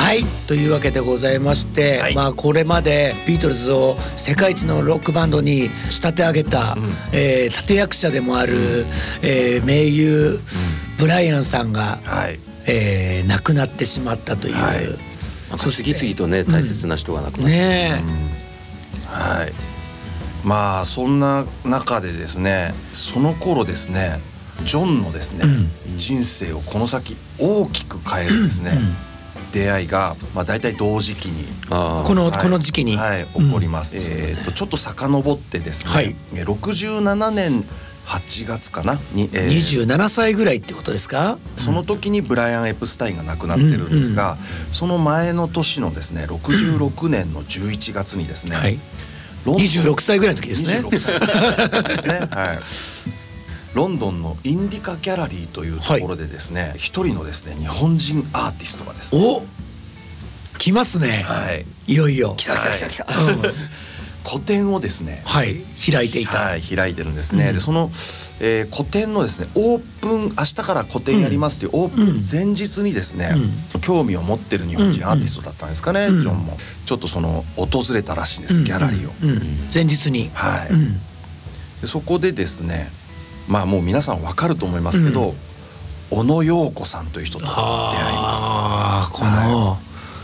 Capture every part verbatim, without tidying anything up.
はい、というわけでございまして、はい、まあこれまでビートルズを世界一のロックバンドに仕立て上げた、うんえー、立役者でもある、うんえー、名優、うん、ブライアンさんが、はいえー、亡くなってしまったという、はい、 なんか次々とね大切な人が亡くなって、うんねうん、はいまあそんな中でですねその頃ですねジョンのですね、うん、人生をこの先大きく変えるですね、うん、出会いが、まあ、大体同時期にあこの、はい、この時期に、 はい、起こります、うんえー、とちょっと遡ってですね、はい、ろくじゅうななねんはちがつかなに、 えー、にじゅうななさいぐらいってことですか。 その時にブライアン・エプスタインが亡くなってるんですが、うんうん、その前の年のですねろくじゅうろくねんのじゅういちがつにですね、はいにじゅうろくさいぐらいの時ですね。 にじゅうろくさいですね、はい、ロンドンのインディカギャラリーというところでですね一、はい、人のですね日本人アーティストがですねお来ますね、はい、いよいよ来た来た来た来た、 はいうん、個展をですね、 はい、開いていた、 はい、開いてるんですね、うん、でその、えー、個展のですねオープン明日から個展やりますというオープン前日にですね、うん、興味を持ってる日本人アーティストだったんですかね、うん、ジョンもちょっとその訪れたらしいんです、うん、ギャラリーを、 うんうん、前日に、 はいうん、でそこでですねまあもう皆さん分かると思いますけど、うん、小野陽子さんという人と出会います。 あこの、はい、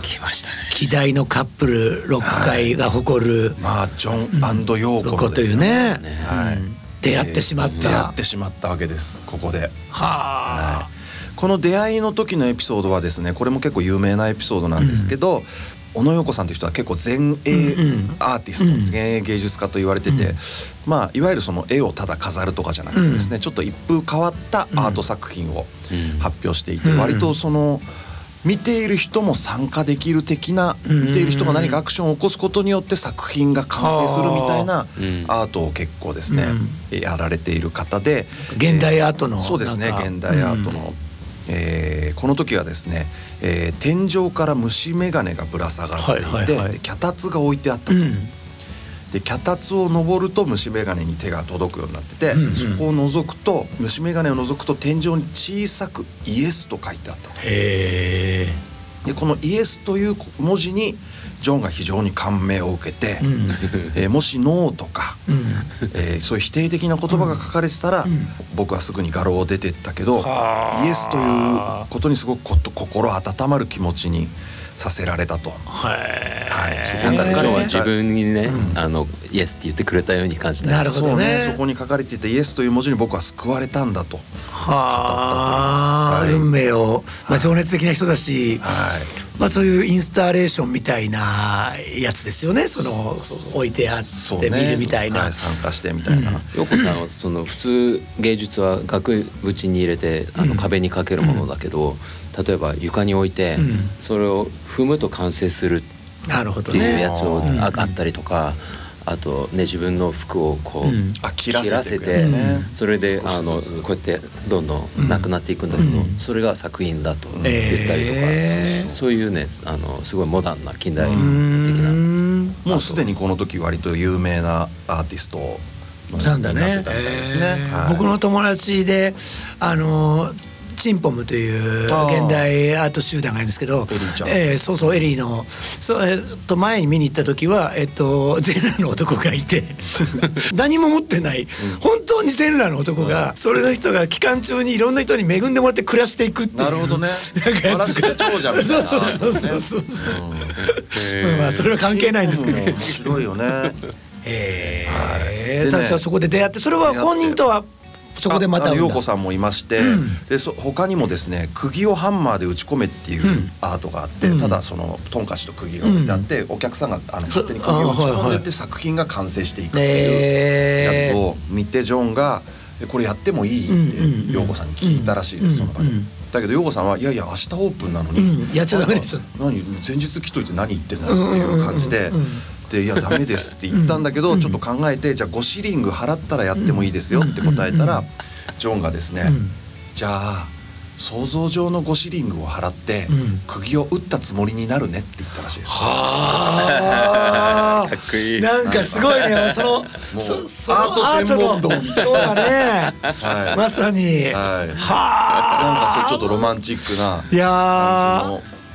来ましたね希代のカップルロック界が誇る、はい、 まあジョン&陽子のですね、うん、というね、はい、出会ってしまった、 出会ってしまったわけですここで。はあ、はい、 この出会いの時のエピソードはですねこれも結構有名なエピソードなんですけど、うん小野陽子さんという人は結構前衛アーティスト、うんうん、前衛芸術家と言われてて、うんまあ、いわゆるその絵をただ飾るとかじゃなくてですね、うん、ちょっと一風変わったアート作品を発表していて、うん、割とその見ている人も参加できる的な、うん、見ている人が何かアクションを起こすことによって作品が完成するみたいなアートを結構ですね、うん、やられている方で現代アートの、 えー、そうですね現代アートの、うんえー、この時はですね、えー、天井から虫眼鏡がぶら下がっていて、はいはいはい、で脚立が置いてあったと、うん、で脚立を登ると虫眼鏡に手が届くようになってて、うんうん、そこを覗くと虫眼鏡を覗くと天井に小さくイエスと書いてあったと。 へでこのイエスという文字にジョンが非常に感銘を受けて、うんえー、もしノーとか、うんえー、そういう否定的な言葉が書かれてたら、うん、僕はすぐに画廊を出てったけど、イエスということにすごくこと心温まる気持ちにさせられたと。 はい、 そこに彼は自分にね、うん、あのイエスって言ってくれたように感じた。 なるほどね。 そうね、そこに書かれていたイエスという文字に僕は救われたんだと語ったと思います。はい、運命を、まあ、情熱的な人だし、はいまあ、そういうインスタレーションみたいなやつですよね。その置いてあって見るみたいな、 ねはい、参加してみたいな。 陽子、うん、さんはその普通芸術は額縁に入れてあの壁にかけるものだけど、うん、例えば床に置いて、うん、それを踏むと完成するっていうやつを あ, あったりとか。あとね自分の服をこう、うん、 切らせて、 うん、それであのこうやってどんどんなくなっていくんだけど、うん、それが作品だと言ったりとか、えー、そういうねあのすごいモダンな近代的なもうすでにこの時割と有名なアーティストなんだね。僕の友達であのチンポムという現代アート集団がいるんですけど、えー、そうそうエリーのそ、えー、と前に見に行った時は、えー、と全裸の男がいて何も持ってない、うん、本当に全裸の男が、うん、それの人が期間中にいろんな人に恵んでもらって暮らしていくっていう。 なるほどね。 なんかやつが長者みたいな。 そうそうそうそうそう、うん、まあそれは関係ないんですけど面白いよね。 えー、はい、最初はそこで出会って、それは本人とはそこでまた陽子さんもいまして、うん、でそ他にもですね釘をハンマーで打ち込めっていうアートがあって、うん、ただそのトンカチと釘が置いてあって、うん、お客さんがあの勝手に釘を打ち込んでって作品が完成していくっていうやつを見てジョンがこれやってもいいって陽子さんに聞いたらしいです、その場で。だけど陽子さんはいやいや明日オープンなのに、 うん、やっちゃダメですよ。 何前日来といて何言ってんのっていう感じで。でいやダメですって言ったんだけど、うん、ちょっと考えてじゃあごシリング払ったらやってもいいですよって答えたら、うん、ジョンがですね、うん、じゃあ想像上のごシリングを払って、うん、釘を打ったつもりになるねって言ったらしいです。 はあかっこいい。なんかすごいねそのそそのアート専門道みたいな。そうだね、はい、まさに、はい、はあなんかそうちょっとロマンチックないや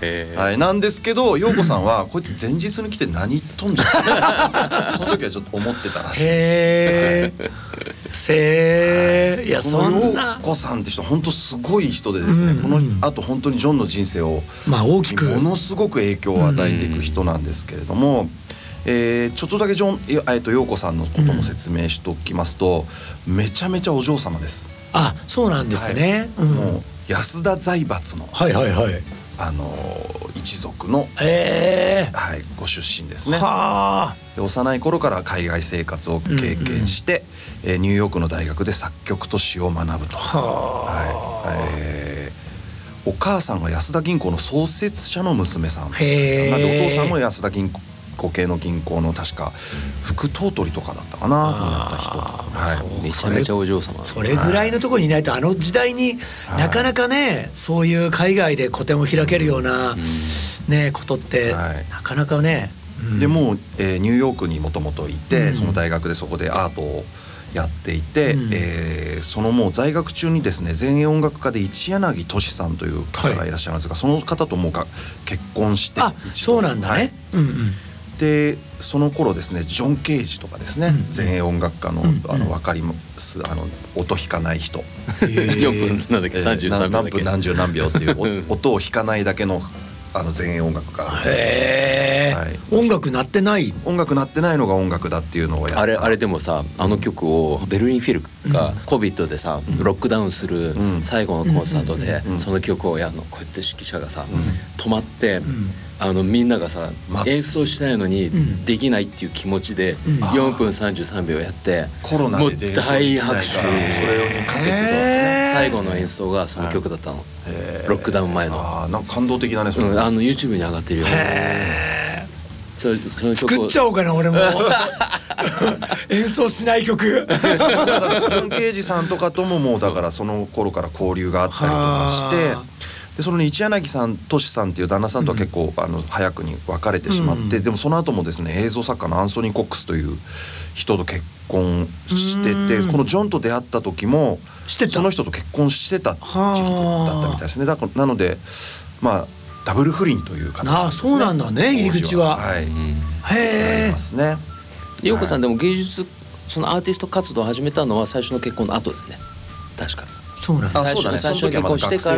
はい、なんですけど陽子さんはこいつ前日に来て何言っとんじゃんその時はちょっと思ってたらしいです。 へーせー、はい、いやそんな陽子さんって人本当すごい人でですね、うんうん、このあと本当にジョンの人生を、 まあ、大きくものすごく影響を与えていく人なんですけれども、うんえー、ちょっとだけジョン、えー、と陽子さんのことも説明しておきますと、うん、めちゃめちゃお嬢様です。 あ、そうなんですね、 はい、うん、もう安田財閥の、 はいはいはい、 あのー、一族の、 えーはい、ご出身ですね。 はで幼い頃から海外生活を経験して、うんうん、えー、ニューヨークの大学で作曲と詩を学ぶと。は、はい、えー、お母さんが安田銀行の創設者の娘さんなんで、お父さんも安田銀行系の銀行の確か副頭取とかだったかなになった人、はい、めちゃめちゃお嬢様。 それぐらいのところにいないと、あの時代になかなかね、そういう海外で個展を開けるような、ね、ことってなかなかね、 うん、でもう、えー、ニューヨークにもともといて、うん、その大学でそこでアートをやっていて、うん、えー、そのもう在学中にですね、前衛音楽家で一柳俊さんという方がいらっしゃるんですが、はい、その方ともうか結婚して、 あ、そうなんだね、はい、うんうん、 でその頃ですね、ジョン・ケージとかですね、うん、前衛音楽家の、うん、あの分かりますあの音弾かない人、 よんぷんなんだっけ、さんじゅうさんびょうだっけ、 何分何十何秒っていう音を弾かないだけのあの前衛音楽家です、 へー、はい、音楽鳴ってない音楽鳴ってないのが音楽だっていうのをやった。 あれあれでもさ、あの曲をベルリンフィルが コビッド でさ、うん、ロックダウンする最後のコンサートで、うん、その曲をやるの、こうやって指揮者がさ、うん、止まって、うん、あのみんながさ演奏したいのにできないっていう気持ちでよんぷんさんじゅうさんびょうやって、 コロナでもう大拍手、それをかけてさ、 最後の演奏がその曲だったの、ロックダウン前の。 あ、なんか感動的だねそれ、 うん、あの YouTube に上がってるよ。 へそれその曲作っちゃおうかな俺も演奏しない曲ジョン・ケージさんとかとももうだからその頃から交流があったりとかして、でその一柳さん、俊さんっていう旦那さんとは結構、うん、あの早くに別れてしまって、うん、でもその後もですね、映像作家のアンソニー・コックスという人と結婚してて、うん、このジョンと出会った時もその人と結婚してた時期だったみたいですね。だからなのでまあダブル不倫という形ですね。 ああ、そうなんだね、入り口は。 はい、うん、 へえ。 ありますね。 陽子さんでも芸術、そのアーティスト活動を始めたのは最初の結婚の後だよね、確か。 そうなんです。 最初、ね、最初に結婚してから、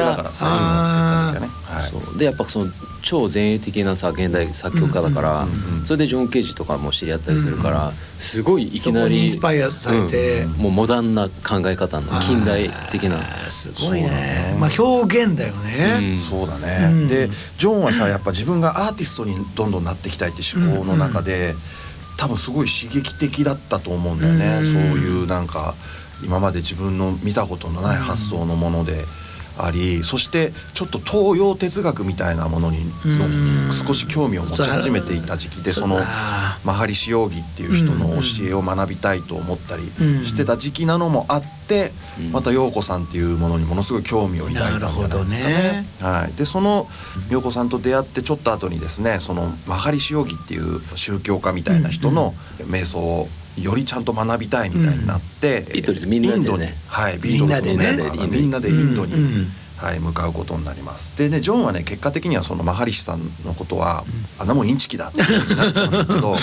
でやっぱその超前衛的なさ現代作曲家だから、それでジョン・ケージとかも知り合ったりするから、すごいいきなりインスパイアされて、 もうモダンな考え方の近代的な、 すごいね。まあ表現だよね。 そうだね。でジョンはさ、やっぱ自分がアーティストにどんどんなっていきたいって思考の中で、多分すごい刺激的だったと思うんだよね。そういうなんか今まで自分の見たことのない発想のものであり、うん、そしてちょっと東洋哲学みたいなものに少し興味を持ち始めていた時期で、そのマハリシヨーギっていう人の教えを学びたいと思ったりしてた時期なのもあって、また陽子さんっていうものにものすごい興味を抱いたんじゃないですかね。はい、でその陽子さんと出会ってちょっと後にですね、そのマハリシヨーギっていう宗教家みたいな人の瞑想をよりちゃんと学びたいみたいになって、うん、 ビートルズみんなでね、 インドに、はい、ビートルズのメンバーがみんなでインドに、うん、はい、向かうことになります。でね、ジョンはね結果的にはそのマハリシさんのことは、うん、あんなもんインチキだっていうふうになっちゃうんですけど、うん、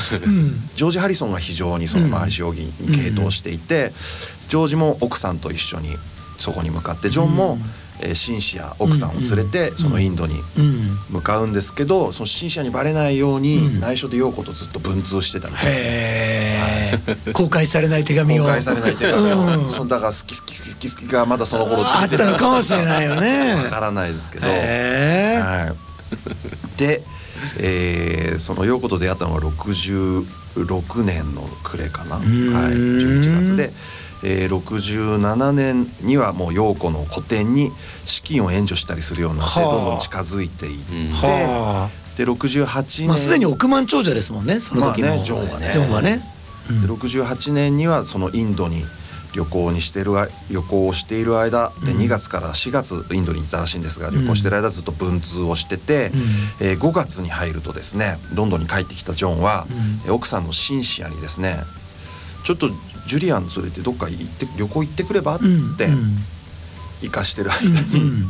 ジョージ・ハリソンが非常にそのマハリシヨーギに傾倒していて、うん、ジョージも奥さんと一緒にそこに向かって、ジョンも、うんえー、シンシア奥さんを連れてそのインドに向かうんですけど、そのシンシアにバレないように内緒で陽子とずっと文通してたみたいですね。 へー、はい、公開されない手紙を公開されない手紙を、うん、そだから好き好き好き好きがまだその頃あったのかもしれないよね。 わからないですけど、はい、で、えー、その陽子と出会ったのはろくじゅうろくねんの暮れかな、はい、じゅういちがつで、えー、ろくじゅうななねんにはもう陽子の個展に資金を援助したりするようになって、どんどん近づいていって、はでろくじゅうはちねん、 まあ、すでに億万長者ですもんね、その時も。 まあね、ジョンはね、 ジョンはね、 うん、でろくじゅうはちねんにはそのインドに旅行にしてる旅行をしている間で、にがつからしがつインドに行ったらしいんですが、旅行してる間ずっと文通をしてて、うん、えー、ごがつに入るとですね、ロンドンに帰ってきたジョンは、うん、奥さんのシンシアにですね、ちょっとジュリアン連れてどっか行って旅行行ってくればっつって行かしてる間に、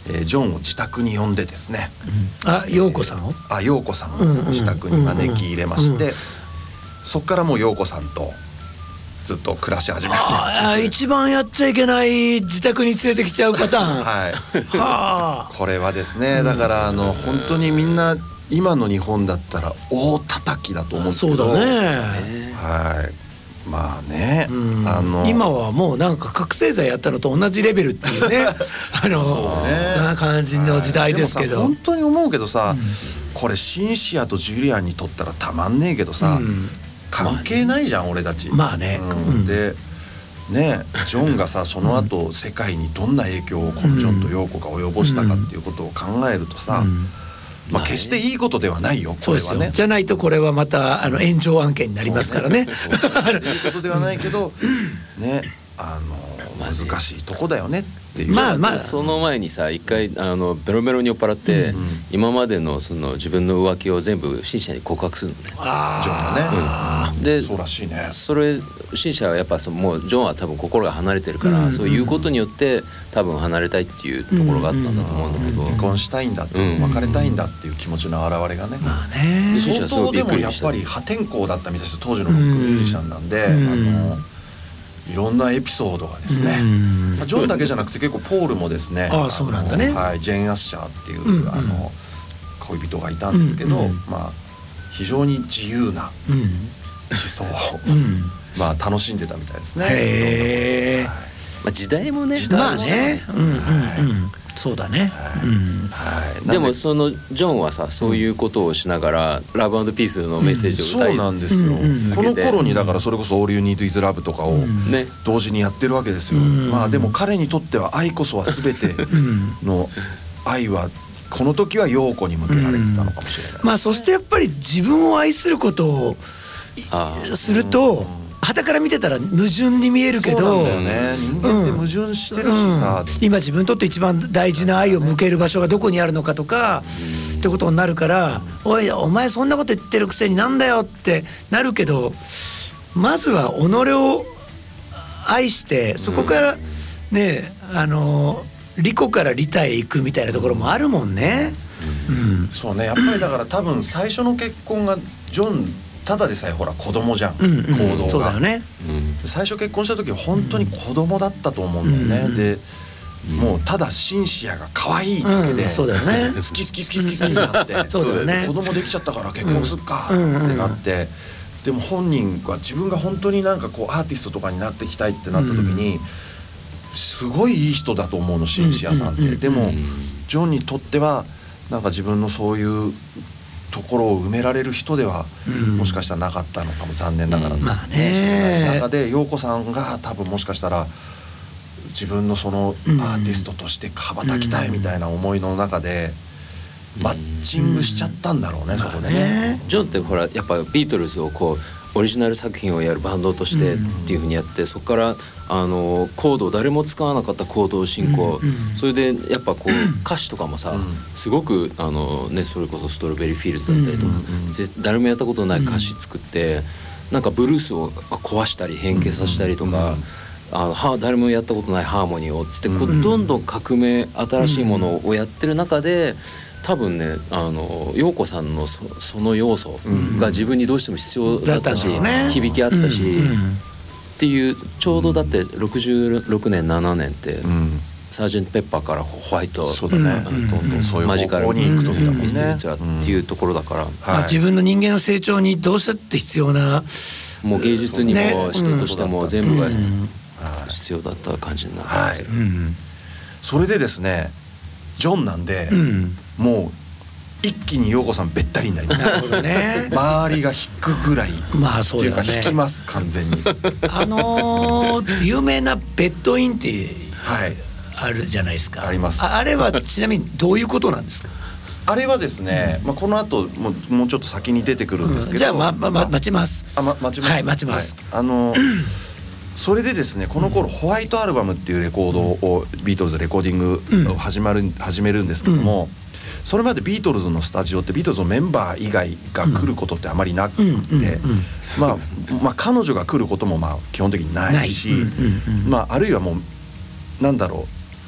えー、ジョンを自宅に呼んでですね、 うん、あ陽子さんを、 えー、あ陽子さんを自宅に招き入れまして、うんうんうん、そこからもう陽子さんとずっと暮らし始めるんです。 あ一番やっちゃいけない自宅に連れてきちゃうパターンはいはあこれはですね、だからあの本当にみんな今の日本だったら大叩きだと思うんですけど、 そうだね、 はいまあね、 うん、あの今はもうなんか覚醒剤やったのと同じレベルっていうねあのそうねな感じの時代ですけど、 はい、でもさ本当に思うけどさ、うん、これシンシアとジュリアンにとったらたまんねえけどさ、うん、関係ないじゃん、まあ、俺たちまあね、 うん、でねジョンがさその後世界にどんな影響をこのジョンと陽子が及ぼしたかっていうことを考えるとさ、うんうんまあ、決していいことではないよ、これはね。 じゃないとこれはまたあの炎上案件になりますからね。いいことではないけどね、あの難しいとこだよねっていう。 まあまあその前にさ一回あのベロベロに酔っ払って、うん、今までのその自分の浮気を全部シンシアに告白するのね。 あジョンがね。 うん、でそうらしいね。 それシンシアはやっぱそのもうジョンは多分心が離れてるから、うん、そういうことによって多分離れたいっていうところがあったんだと思うんだけど、 離婚したいんだって、うん、別れたいんだっていう気持ちの表れがね。 まあね。 相当でもやっぱり破天荒だったみたいです。当時のロックミュージシャンなんで、うん、あのいろんなエピソードがですね。まあ、ジョンだけじゃなくて結構ポールもですね。 ああそうなんだね。 はい、ジェーン・アッシャーっていう、うん、あの恋人がいたんですけど、うんうん、まあ非常に自由な思想を、うんまあ楽しんでたみたいですね。 へー、はい、まあ時代もね。 時代もね。うんうんうん。そうだね。 はいうんはい、でもそのジョンはさそういうことをしながら、うん、ラブ&ピースのメッセージを歌い、 うん、そうなんですよ、うんうん、その頃にだからそれこそ All You Need Is Love とかを同時にやってるわけですよ、うん、まあでも彼にとっては愛こそは全ての愛はこの時は陽子に向けられてたのかもしれない、 うん、まあそしてやっぱり自分を愛することをすると傍から見てたら矛盾に見えるけど、 そうなんだよね、人間って矛盾してるしさ、 うんうん、今自分にとって一番大事な愛を向ける場所がどこにあるのかとかってことになるから、おいお前そんなこと言ってるくせになんだよってなるけど、まずは己を愛してそこからね、あの利己から利他へ行くみたいなところもあるもんね、 うんうん、そうね、やっぱりだから多分最初の結婚がジョンただでさえほら子供じゃん、うんうん、行動が、 そうだよね、 うん、最初結婚した時は本当に子供だったと思うんだよね、うん、で、うん、もうただシンシアが可愛いだけで、うん、 そうだよね、 好き好き好き好き好きになってそうだよね、 子供できちゃったから結婚すっかってなって、うんうん、でも本人は自分が本当になんかこうアーティストとかになっていきたいってなった時に、うん、すごいいい人だと思うのシンシアさんって、うんうんうん、でもジョンにとってはなんか自分のそういうところを埋められる人ではもしかしたらなかったのかも、残念ながら、うん、まあね、中で陽子さんが多分もしかしたら自分のそのアーティストとして羽ばたきたいみたいな思いの中でマッチングしちゃったんだろうね、そこでね。 ジョンってほらやっぱビートルズをこうオリジナル作品をやるバンドとしてっていう風にやって、そこからあのコード誰も使わなかったコード進行、それでやっぱこう歌詞とかもさすごくあのね、それこそストロベリーフィールズだったりとか誰もやったことない歌詞作って、なんかブルースを壊したり変形させたりとか、あの誰もやったことないハーモニーをつってこうどんどん革命新しいものをやってる中で、多分ね、あの陽子さんの そ, その要素が自分にどうしても必要だったし、うんね、響きあったし、うんうん、っていうちょうどだってろくじゅうろくねんななねんって、うん、サージェント・ペッパーからホワイト、 そうだね、どんどんそういう方向に行く時だもんね、 ミステリーツアーっていうところだから、うん、 まあ、自分の人間の成長にどうしたって必要な、 もう芸術にも人としても全部が必要だった感じになってますよ、はい、うん、 それでですねジョンなんで、うん、もう一気に陽子さんべったりになります。 なるほどね。 周りが引くぐらい、まあそうだね、っていうか引きます完全に。 あのー、有名なベッドインってあるじゃないですか。 はい、あります。 あ, あれはちなみにどういうことなんですか。 あれはですね、うん、まあ、この後もう、もうちょっと先に出てくるんですけど、うん、 じゃあ、ままま、待ちます。 あ、ま、待ちます。 はい、待ちます。 はい、あのそれでですね、この頃、うん、ホワイトアルバムっていうレコードをビートルズレコーディングを始まる、うん、始めるんですけども、うん、それまでビートルズのスタジオってビートルズのメンバー以外が来ることってあまりなくて、まあ、まあ彼女が来ることもまあ基本的にないし、まああるいはもうなんだろう、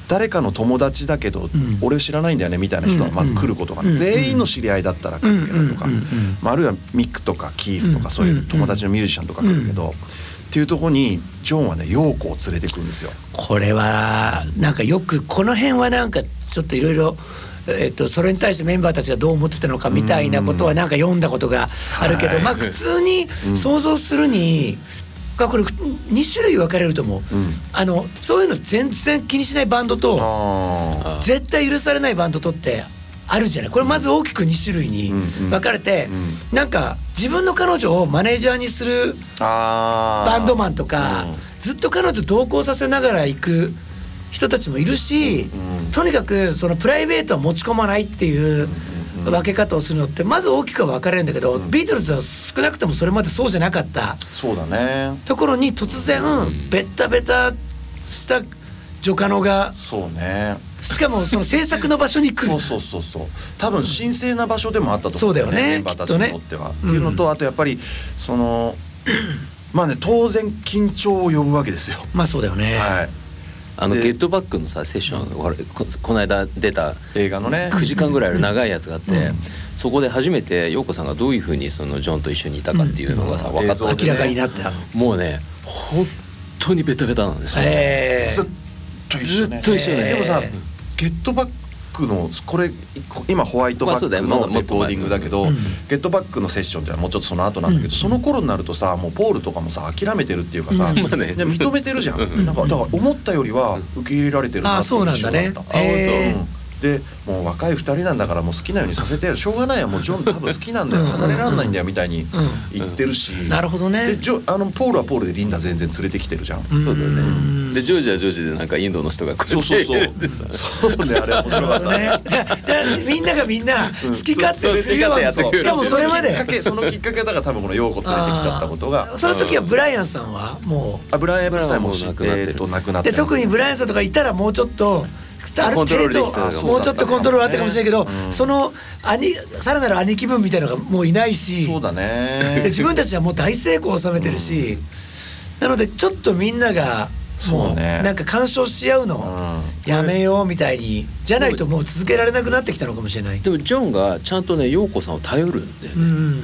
誰かの友達だけど、うん、俺知らないんだよねみたいな人はまず来ることが、うん、全員の知り合いだったら来るけどとか、まあ、あるいはミックとかキースとかそういう友達のミュージシャンとか来るけど、うん、っていうところにジョンはね陽子を連れてくるんですよ。 これはなんかよくこの辺はなんかちょっといろいろえっとそれに対してメンバーたちがどう思ってたのかみたいなことはなんか読んだことがあるけど、まあ普通に想像するにこれに種類分かれると思う、うん、あのそういうの全然気にしないバンドと絶対許されないバンドとってあるじゃない。これまず大きくに種類に分かれて、うん、なんか自分の彼女をマネージャーにするバンドマンとか、うん、ずっと彼女同行させながら行く人たちもいるし、うん、とにかくそのプライベートは持ち込まないっていう分け方をするのってまず大きくは分かれるんだけど、うん、ビートルズは少なくともそれまでそうじゃなかったそうだねところに突然ベッタベタしたジョカノがそうねしかもその制作の場所に来るそうそうそうそう多分神聖な場所でもあったと思うんだよね、 そうだよねメンバーたちにとっては、ね、っていうのとあとやっぱりそのまあね当然緊張を呼ぶわけですよ。 まあそうだよね、 はいあのゲットバックのさセッション、うん、こ, この間出た映画のねくじかんぐらいある長いやつがあって、うん、そこで初めて陽子さんがどういうふうにそのジョンと一緒にいたかっていうのがさ、うん、分かった、 ね、明らかになった。 もうね本当にベタベタなんですよ、 えー、ずっと一緒、ね、 ずっと一緒ね、 でもさゲットバックのこれ今ホワイトバックのレコーディングだけど、まあまゲットバックのセッションってのはもうちょっとその後なんだけど、うん、その頃になるとさもうポールとかもさ諦めてるっていうかさ、うんね、認めてるじゃん、うん、なんかだから思ったよりは受け入れられてるなっていう印象だった。あ、そうなんだね、うんでもう若いふたりなんだからもう好きなようにさせてやるしょうがないよもうジョン多分好きなんだよ離れらんないんだよみたいに言ってるし、うん、 なるほどね。 でジョあのポールはポールでリンダ全然連れてきてるじゃん。 そうだよね。でジョージはジョージでなんかインドの人がこうやってそうそうそうそうねあれ面白かったねみんながみんな好き勝手するようにしかもそれまでそのきっかけだから多分この陽子連れてきちゃったことがその時はブライアンさんはもうあブライアン・エプスタインも亡くなってるで特にブライアンさんとかいたらもうちょっとある程度もうちょっとコントロールあったかもしれないけど、うん、その兄さらなる兄貴分みたいなのがもういないしそうだねで自分たちはもう大成功を収めてるし、うん、なのでちょっとみんながもうなんか干渉し合うのやめようみたいにじゃないともう続けられなくなってきたのかもしれない。 でもジョンがちゃんとね陽子さんを頼るんで、ね、うん、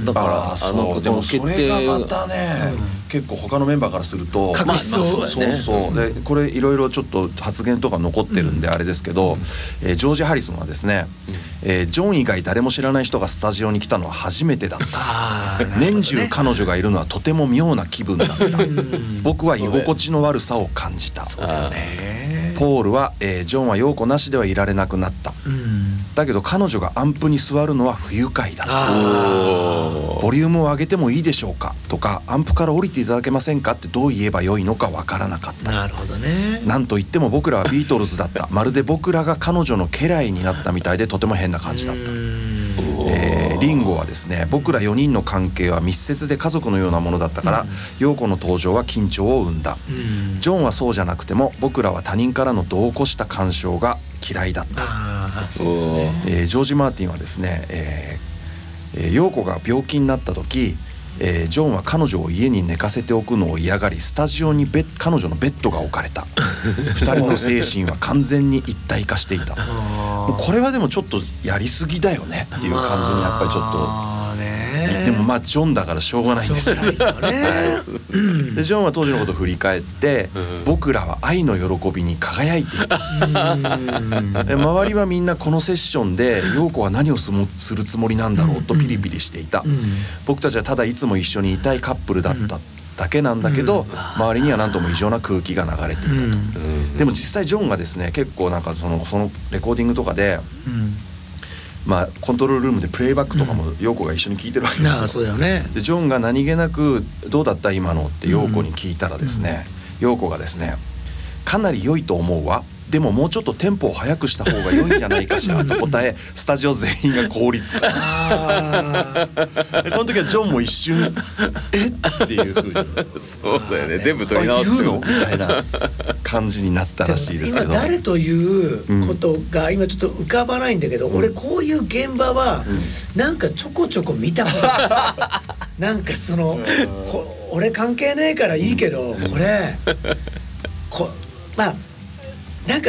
だからああのでもそれがまたね、うん、結構他のメンバーからすると確執をそうそうそうでこれいろいろちょっと発言とか残ってるんであれですけど、うんえー、ジョージ・ハリソンはですね、うんえー、ジョン以外誰も知らない人がスタジオに来たのは初めてだった、ね、年中彼女がいるのはとても妙な気分だった、うん、僕は居心地の悪さを感じた。 そうだね。 ポールは、えー、ジョンは陽子なしではいられなくなった、うん、だけど彼女がアンプに座るのは不愉快だった。ボリュームを上げてもいいでしょうかとかアンプから降りていただけませんかってどう言えばよいのかわからなかった。 なるほどね。 なんといっても僕らはビートルズだったまるで僕らが彼女の家来になったみたいでとても変な感じだった。えー、リンゴはですね僕らよにんの関係は密接で家族のようなものだったから陽子の登場は緊張を生んだ。ジョンはそうじゃなくても僕らは他人からの度を越した干渉が嫌いだった。 あそうねえー、ジョージ・マーティンはですね、えーえー、陽子が病気になった時、えー、ジョンは彼女を家に寝かせておくのを嫌がりスタジオにベ彼女のベッドが置かれたふたりの精神は完全に一体化していたこれはでもちょっとやりすぎだよねっていう感じにやっぱりちょっと、まあね、でもまあジョンだからしょうがないんですよねでジョンは当時のことを振り返って、うん、僕らは愛の喜びに輝いていたで周りはみんなこのセッションで陽子は何をするつもりなんだろうとピリピリしていた、うんうん、僕たちはただいつも一緒にいたいカップルだっただけなんだけど、うん、周りには何とも異常な空気が流れていたと、うん、でも実際ジョンがですね結構なんかその、そのレコーディングとかで、うんまあ、コントロールルームでプレイバックとかも陽子が一緒に聞いてるわけですよ、 うん、そうだよね。 でジョンが何気なくどうだった今のって陽子に聞いたらですね、うん、陽子がですねかなり良いと思うわでももうちょっとテンポを速くした方が良いんじゃないかしらと答えスタジオ全員が凍りつくでこの時はジョンも一瞬えっていう風にそうだよね全部取り直すのみたいな感じになったらしいですけど今誰ということが今ちょっと浮かばないんだけど、うん、俺こういう現場はなんかちょこちょこ見たことあるなんかその俺関係ねえからいいけどこれこまあなんか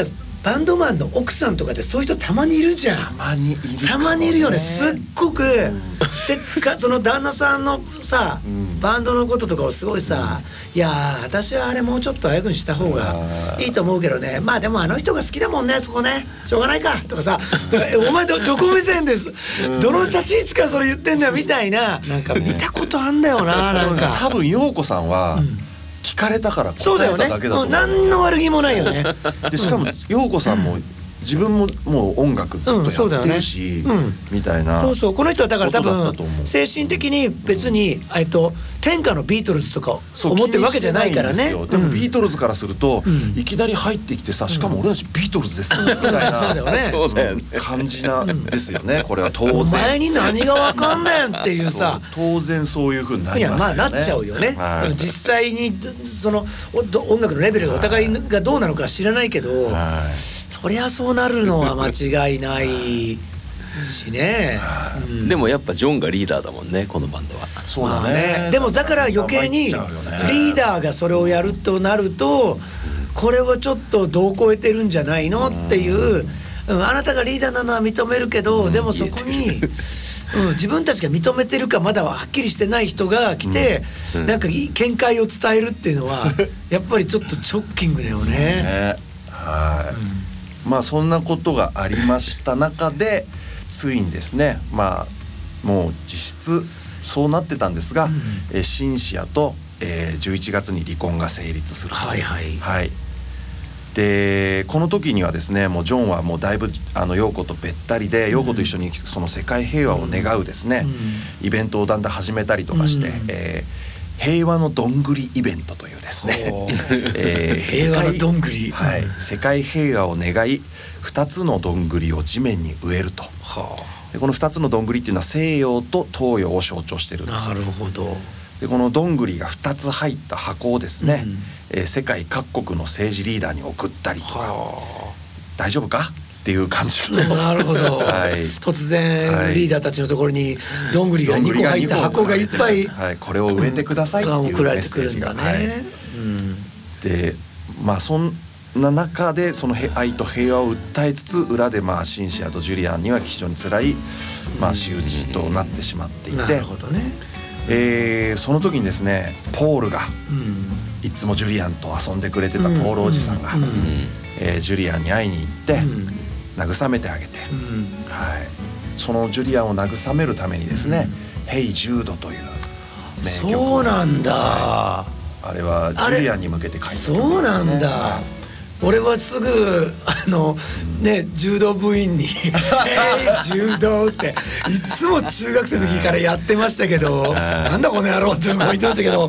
バンドマンの奥さんとかでそういう人たまにいるじゃん。 たまにいるかもね。 たまにいるよね。すっごく、うん、でかその旦那さんのさ、うん、バンドのこととかをすごいさ、うん、いや私はあれもうちょっとああいう風にした方がいいと思うけどね、まあでもあの人が好きだもんねそこね、しょうがないかとかさお前 ど, どこ目線です、うん、どの立ち位置からそれ言ってんだよみたいな、なんか見たことあんだよな、なんか多分陽子さんは、うん聞かれたから答えただけだと思う。 そうだよね。何の悪気もないよね。 でしかも陽子さんも自分ももう音楽ずっとやってるし、うんねうん、みたいな。 そうそう、この人はだから多分精神的に別に、えっと天下のビートルズとか思ってるわけじゃないからね。 でもビートルズからすると、うん、いきなり入ってきてさ、しかも俺たちビートルズですみたいなそうだよね。 そうだよね感じなんですよね。これは当然。 お前に何がわかんねんっていうさ。 当然そういう風になりますよね。いやまあなっちゃうよね。はい、実際にその音楽のレベルがお互いがどうなのか知らないけど。はい、そりゃそうなるのは間違いないしね、 うん、でもやっぱジョンがリーダーだもんねこのバンドは。 そうだね、 まあ、でもだから余計にリーダーがそれをやるとなるとこれはちょっと度を超えてるんじゃないのっていう、うん、あなたがリーダーなのは認めるけど、うん、でもそこにうん、自分たちが認めてるかまだはっきりしてない人が来て、うんうん、なんか見解を伝えるっていうのはやっぱりちょっとショッキングだよね。 ね、はい、うん、まあそんなことがありました中でついにですね、まあもう実質そうなってたんですが、うん、えー、シンシアと、えー、じゅういちがつに離婚が成立すると。 はいはい、はい、 でこの時にはですね、もうジョンはもうだいぶあの陽子とべったりで、陽子と一緒にその世界平和を願うですね、うん、イベントをだんだん始めたりとかして、うん、えー、平和のどんぐりイベントというですね、 えー、平和のどんぐり、 はい、世界平和を願いふたつのどんぐりを地面に植えると。はあ、でこのふたつのどんぐりっていうのは西洋と東洋を象徴してるんです。 なるほど。 でこのどんぐりがふたつ入った箱をですね、うん、えー、世界各国の政治リーダーに送ったりとか、大丈夫かっていう感じのなるほど、 はい、 突然、はい、リーダーたちのところにどんぐりがにこ入った箱がいっぱい、 はい、これを植えてくださいっていうメッセージが、はい、うん、でまあそんな中でその愛と平和を訴えつつ、裏でまあシンシアとジュリアンには非常に辛い、まあ、仕打ちとなってしまっていて、なるほどね、 えー、その時にですねポールが、うん、いつもジュリアンと遊んでくれてたポールおじさんが、うんうん、えー、ジュリアンに会いに行って、うん、慰めてあげて、うん、はい、そのジュリアンを慰めるためにですね「ヘイ・ジュード」という名曲、 そうなんだ、 はい、あれはジュリアンに向けて書いた曲、 ね、そうなんだ、はい、俺はすぐあのね柔道部員に「へい柔道」っていつも中学生の時からやってましたけど、なんだこの野郎って言ってましたけど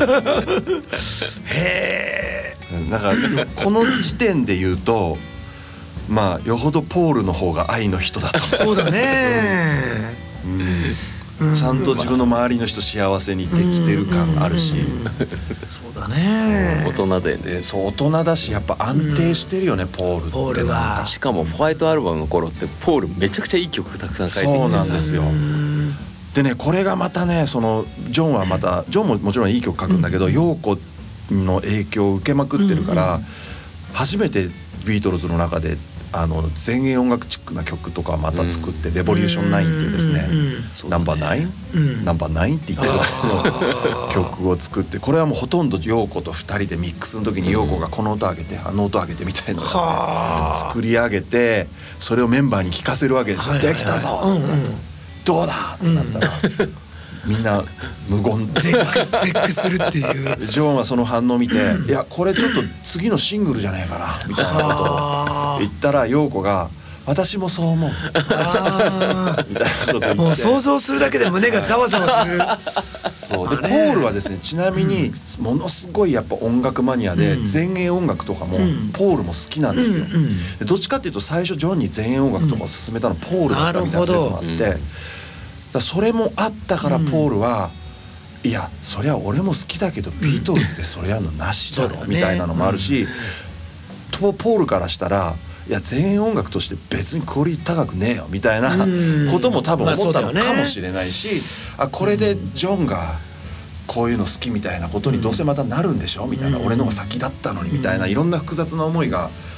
へえ、だからこの時点で言うとまあよほどポールの方が愛の人だと。 そうだね、 うん、ちゃんと自分の周りの人幸せにできてる感あるし、 そうだね、 大人でね、そう大人だしやっぱ安定してるよね、うん、ポールって。 ポールはしかもホワイトアルバムの頃ってポールめちゃくちゃいい曲たくさん書いてきてる。 そうなんですよ。でねこれがまたね、そのジョンはまたジョンももちろんいい曲書くんだけど、陽子の影響を受けまくってるから、初めてビートルズの中であの前衛音楽チックな曲とかまた作って「レボリューションナイン」っていうですね「ナンバーナイン」「ナンバーナイン」って言ってるの曲を作って、これはもうほとんど陽子とふたりでミックスの時に陽子がこの音上げてあの音上げてみたいなのをやって作り上げて、それをメンバーに聴かせるわけですよ。できたぞっつって「どうだ!」ってなったらみんな無言で絶句絶句するっていう。 ジョンはその反応を見て「いやこれちょっと次のシングルじゃないかな」みたいなことを言ったら、陽子が「私もそう思う」みたいなことを言って、 もう想像するだけで胸がざわざわする。 そうでポールはですね、ちなみにものすごいやっぱ音楽マニアで、前衛音楽とかもポールも好きなんですよ。どっちかっていうと最初ジョンに前衛音楽とかを勧めたのポールだったみたいな説もあって、だそれもあったからポールは、うん、いやそりゃ俺も好きだけどビートルズでそれやるのなしだろ、うん、みたいなのもあるし、うん、ポールからしたらいや前衛音楽として別にクオリティ高くねえよみたいなことも多分思ったのかもしれないし、あこれでジョンがこういうの好きみたいなことにどうせまたなるんでしょみたいな、俺のが先だったのにみたいないろんな複雑な思いが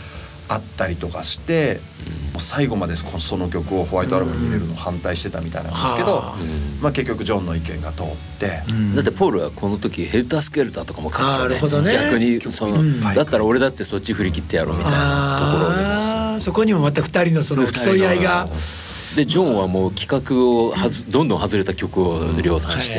あったりとかして、もう最後までその曲をホワイトアルバムに入れるのを反対してたみたいなんですけど、まあ、結局ジョンの意見が通って、 だってポールはこの時ヘルタースケルターとかも書くからね、 ね逆にその、うん、だったら俺だってそっち振り切ってやろうみたいなところでも、 そこにもまたふたりのその競い合いが。 でジョンはもう企画をはずどんどん外れた曲を量産して、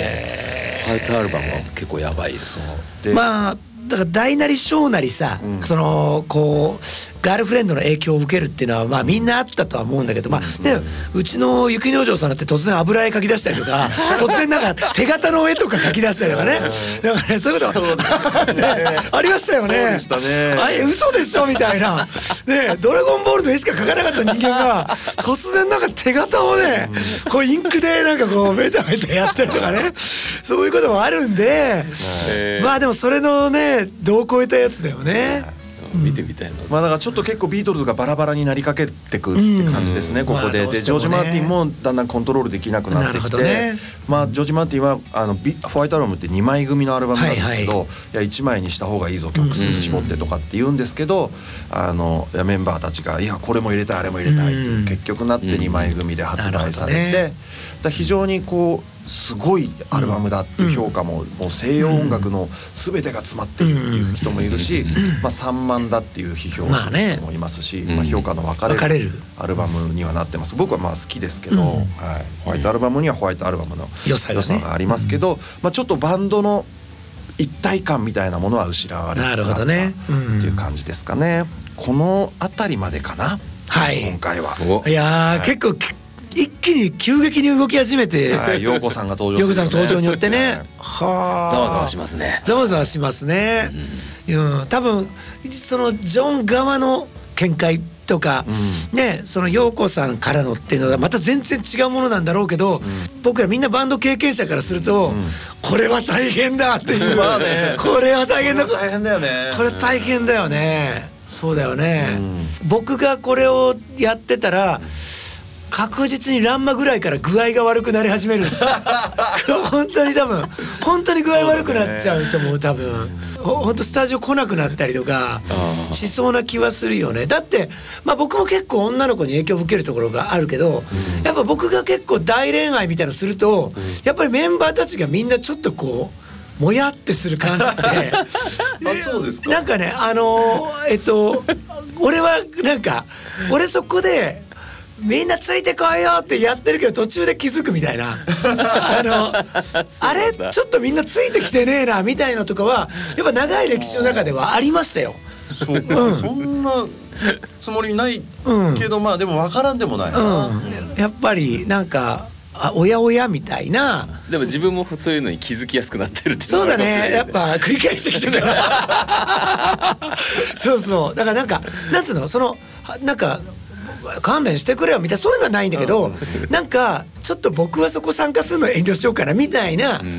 ホワイトアルバムは結構やばいですね。 まあだから大なり小なりさ、うん、そのこうガールフレンドの影響を受けるっていうのはまあみんなあったとは思うんだけど、まあでうちの雪之丞さんだって突然油絵描き出したりとか突然なんか手形の絵とか描き出したりとかね、だからねそういうことありましたよね。 そうでしたね。 あれ嘘でしょみたいなね、ドラゴンボールの絵しか描かなかった人間が突然なんか手形をねこうインクでなんかこうベタベタやったりとかね、そういうこともあるんで、まあでもそれのね度を超えたやつだよね。 見てみたいな、 まあだからちょっと結構ビートルズがバラバラになりかけてくって感じですね、ここで。でジョージ・マーティンもだんだんコントロールできなくなってきて、まあジョージ・マーティンはあのビホワイトアルバムってにまい組のアルバムなんですけど、いやいちまいにした方がいいぞ曲数絞ってとかって言うんですけど、あのメンバーたちがいやこれも入れたいあれも入れたいって結局なってにまい組で発売されて、だ非常にこうすごいアルバムだっていう評価も、もう西洋音楽の全てが詰まっているっていう人もいるし、まあ散漫だっていう批評をする人もいますし、まあ評価の分かれるアルバムにはなってます。僕はまあ好きですけど、はい、ホワイトアルバムにはホワイトアルバムの良さがありますけど、まあちょっとバンドの一体感みたいなものは失われつつあったっていう感じですかね。この辺りまでかな、今回は。 いや結構一気に急激に動き始めて、 陽子さんが登場、 陽子さんの登場によってね、はあ、ざわざわしますね。 ざわざわしますね。うん、多分そのジョン側の見解とか、うん、ね、その陽子さんからのっていうのがまた全然違うものなんだろうけど、うん、僕らみんなバンド経験者からすると、うん、これは大変だっていう、まあね、これは大変だ、 大変だよね、 これ大変だよね、そうだよね、うん、僕がこれをやってたら確実にランマぐらいから具合が悪くなり始める本当に多分本当に具合悪くなっちゃうと思う、多分本当スタジオ来なくなったりとかしそうな気はするよね。だってまあ僕も結構女の子に影響を受けるところがあるけど、うん、やっぱ僕が結構大恋愛みたいなのすると、うん、やっぱりメンバーたちがみんなちょっとこうもやってする感じであ、そうですか。 なんかね、あのー、えっと俺はなんか俺そこでみんなついてこいよってやってるけど途中で気づくみたいなあのあれちょっとみんなついてきてねえなみたいなとかはやっぱ長い歴史の中ではありましたよ。 そうか、うん、そんなつもりないけど、うん、まあでも分からんでもないな、うん、 やっぱりなんかあおやおやみたいな。 でも自分もそういうのに気づきやすくなってるっていうそうだね、やっぱ繰り返してきてるからそうそう、だからなんかなんつうの、そのなんか勘弁してくれよみたいなそういうのはないんだけど、なんかちょっと僕はそこ参加するの遠慮しようかなみたいな、うん、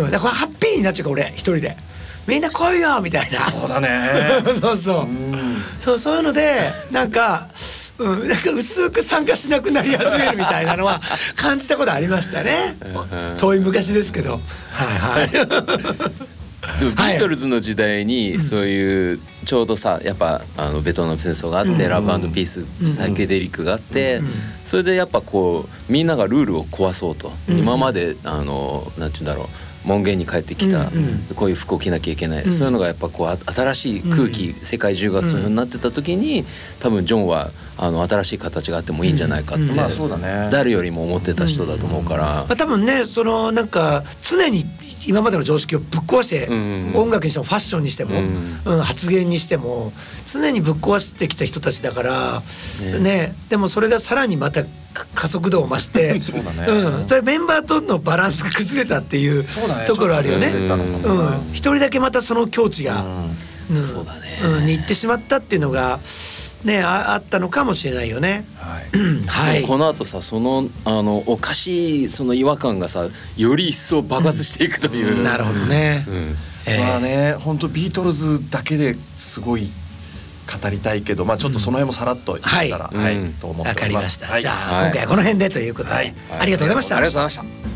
だからハッピーになっちゃうから俺一人でみんな来いよみたいな。 そうだねそうそう、うん、そうそういうのでなんか、うん、なんか薄く参加しなくなり始めるみたいなのは感じたことありましたね遠い昔ですけど、はいはいでもビートルズの時代にそういうちょうどさやっぱあのベトナム戦争があってラブ&ピースとサイケデリックがあってそれでやっぱこうみんながルールを壊そうと今まであのなんて言うんだろう門限に帰ってきたこういう服を着なきゃいけないそういうのがやっぱこう新しい空気世界中がそういう風になってた時に多分ジョンはあの新しい形があってもいいんじゃないかって誰よりも思ってた人だと思うから多分ねそのなんか常に今までの常識をぶっ壊して、うん、音楽にしてもファッションにしても、うんうん、発言にしても常にぶっ壊してきた人たちだから、ねね、でもそれがさらにまた加速度を増してそうだね、うん、それメンバーとのバランスが崩れたっていうところあるよね。一人だけまたその境地が、うんそうだねうん、に行ってしまったっていうのがね、あ, あったのかもしれないよね。 はい、この後さそのあのおかしいその違和感がさより一層爆発していくという、 うん、なるほどね、 うんえー、まあね本当ビートルズだけですごい語りたいけど、まあ、ちょっとその辺もさらっと言ったら、うん、はい、うん、と思っております。 わかりました、はい、じゃあ、はい、今回はこの辺でということで、はい、ありがとうございました。 ありがとうございました。